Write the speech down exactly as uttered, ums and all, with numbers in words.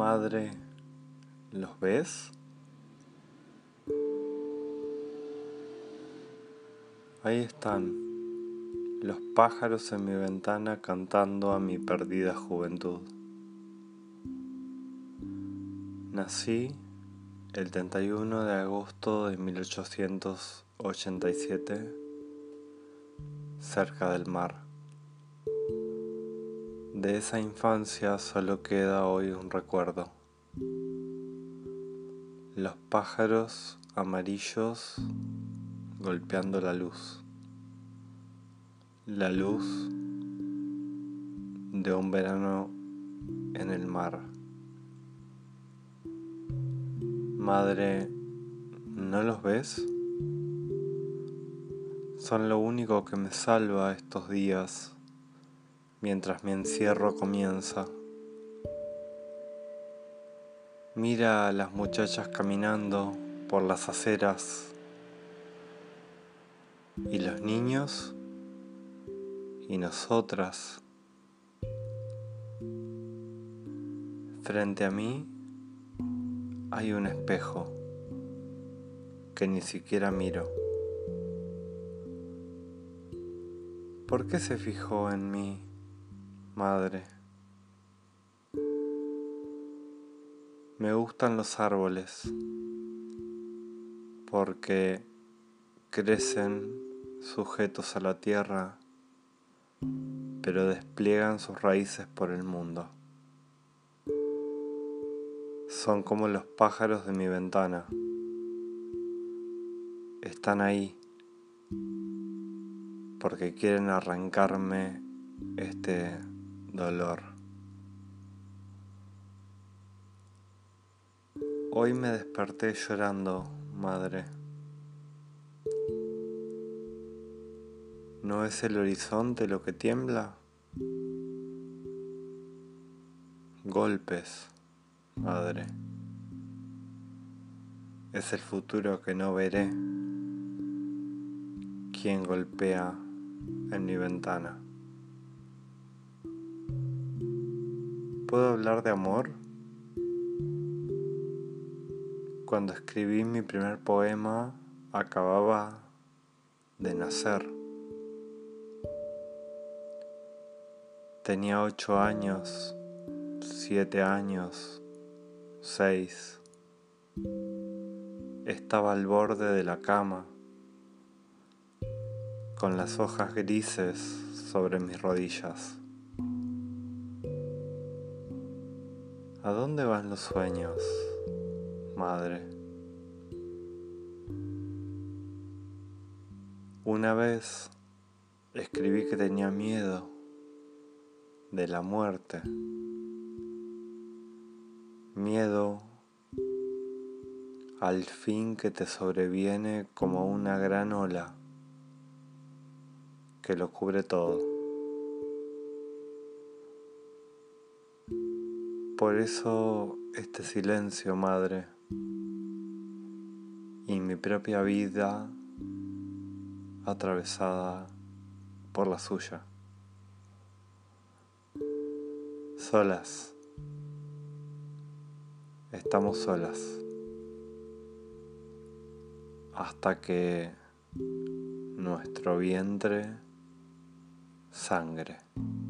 Madre, ¿los ves? Ahí están, los pájaros en mi ventana cantando a mi perdida juventud. Nací el treinta y uno de agosto de mil ochocientos ochenta y siete, cerca del mar. De esa infancia solo queda hoy un recuerdo. Los pájaros amarillos golpeando la luz. La luz de un verano en el mar. Madre, ¿no los ves? Son lo único que me salva estos días mientras mi encierro comienza. Mira a las muchachas caminando por las aceras y los niños y nosotras. Frente a mí hay un espejo que ni siquiera miro. ¿Por qué se fijó en mí, madre? Me gustan los árboles porque crecen sujetos a la tierra, pero despliegan sus raíces por el mundo. Son como los pájaros de mi ventana. Están ahí porque quieren arrancarme este dolor. Hoy me desperté llorando, madre. ¿No es el horizonte lo que tiembla? Golpes, madre. Es el futuro que no veré. ¿Quién golpea en mi ventana? ¿Puedo hablar de amor? Cuando escribí mi primer poema, acababa de nacer. Tenía ocho años, siete años, seis. Estaba al borde de la cama, con las hojas grises sobre mis rodillas. ¿A dónde van los sueños, madre? Una vez escribí que tenía miedo de la muerte, miedo al fin que te sobreviene como una gran ola que lo cubre todo. Por eso este silencio, madre, y mi propia vida atravesada por la suya. Solas, estamos solas, hasta que nuestro vientre sangre.